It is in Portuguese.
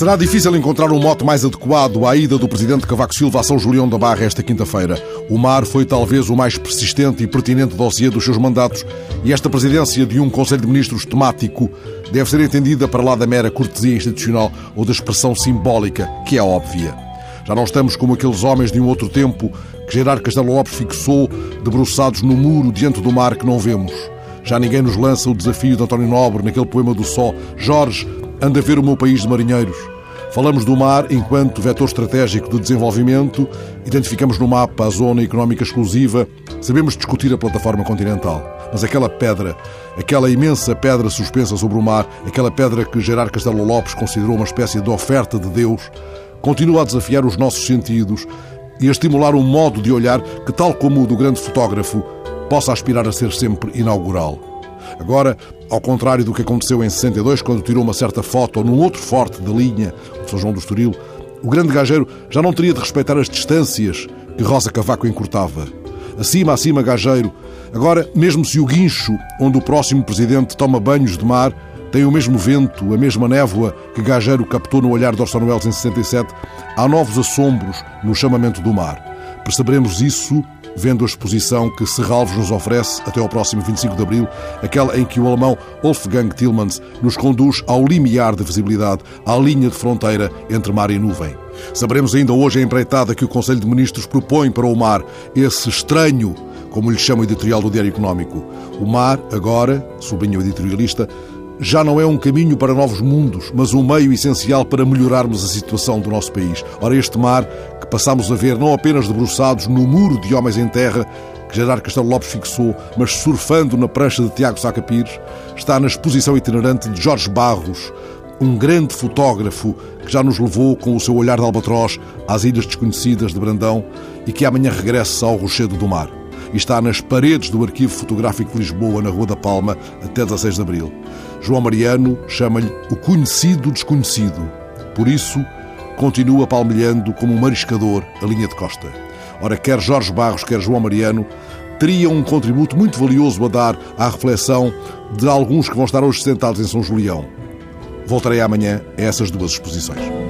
Será difícil encontrar um mote mais adequado à ida do presidente Cavaco Silva a São Julião da Barra esta quinta-feira. O mar foi talvez o mais persistente e pertinente dossiê dos seus mandatos e esta presidência de um Conselho de Ministros temático deve ser entendida para lá da mera cortesia institucional ou da expressão simbólica, que é óbvia. Já não estamos como aqueles homens de um outro tempo que Gerardo Castelo Lopes fixou, debruçados no muro diante do mar que não vemos. Já ninguém nos lança o desafio de António Nobre naquele poema do Só: Jorge, anda a ver o meu país de marinheiros. Falamos do mar enquanto vetor estratégico do desenvolvimento, identificamos no mapa a zona económica exclusiva, sabemos discutir a plataforma continental. Mas aquela pedra, aquela imensa pedra suspensa sobre o mar, aquela pedra que Gerardo Castelo Lopes considerou uma espécie de oferta de Deus, continua a desafiar os nossos sentidos e a estimular um modo de olhar que, tal como o do grande fotógrafo, possa aspirar a ser sempre inaugural. Agora, ao contrário do que aconteceu em 62, quando tirou uma certa foto num outro forte da linha, o São João do Estoril, o grande gageiro já não teria de respeitar as distâncias que Rosa Cavaco encurtava. Acima, gageiro. Agora, mesmo se o guincho onde o próximo presidente toma banhos de mar tem o mesmo vento, a mesma névoa que gageiro captou no olhar de Orson Welles em 67, há novos assombros no chamamento do mar. Perceberemos isso vendo a exposição que Serralves nos oferece até ao próximo 25 de abril, aquela em que o alemão Wolfgang Tillmans nos conduz ao limiar de visibilidade, à linha de fronteira entre mar e nuvem. Saberemos ainda hoje a empreitada que o Conselho de Ministros propõe para o mar, esse estranho, como lhe chama o editorial do Diário Económico. O mar, agora, sublinha o editorialista, já não é um caminho para novos mundos, mas um meio essencial para melhorarmos a situação do nosso país. Ora, este mar que passamos a ver não apenas debruçados no muro de homens em terra que Gerardo Castelo Lopes fixou, mas surfando na prancha de Tiago Sá Capires, está na exposição itinerante de Jorge Barros, um grande fotógrafo que já nos levou com o seu olhar de albatroz às Ilhas Desconhecidas de Brandão e que amanhã regressa ao Rochedo do Mar. E está nas paredes do Arquivo Fotográfico de Lisboa, na Rua da Palma, até 16 de abril. João Mariano chama-lhe o conhecido desconhecido. Por isso, continua palmilhando como um mariscador a linha de costa. Ora, quer Jorge Barros, quer João Mariano, teriam um contributo muito valioso a dar à reflexão de alguns que vão estar hoje sentados em São Julião. Voltarei amanhã a essas duas exposições.